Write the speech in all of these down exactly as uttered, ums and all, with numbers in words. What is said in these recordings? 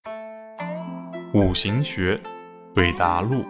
五行学对答录。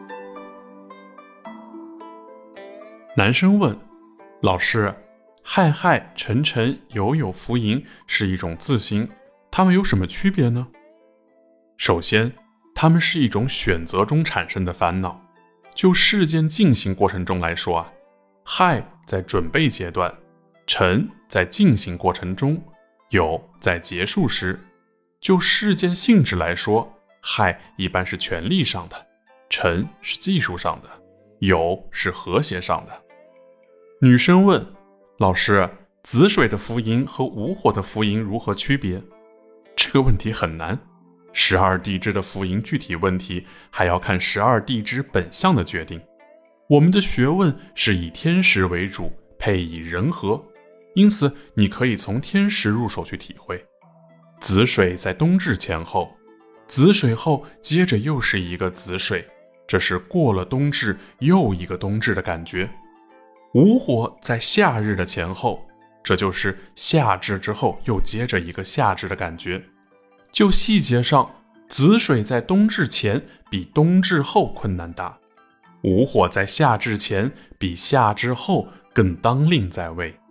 男生问：老师，亥亥、辰辰、酉酉、伏吟是一种字形，它们有什么区别呢？首先，它们是一种选择中产生的烦恼。就事件进行过程中来说啊，亥在准备阶段，辰在进行过程中，酉在结束时。就事件性质来说，亥一般是权力上的，辰是技术上的，酉是和谐上的。女生问：老师，子水的伏吟和午火的伏吟如何区别？这个问题很难，十二地支的伏吟具体问题还要看十二地支本相的决定。我们的学问是以天时为主，配以人和，因此你可以从天时入手去体会。子水在冬至前后，子水后接着又是一个子水，这是过了冬至又一个冬至的感觉。午火在夏日的前后，这就是夏至之后又接着一个夏至的感觉。就细节上，子水在冬至前比冬至后困难大，午火在夏至前比夏至后更当令在位。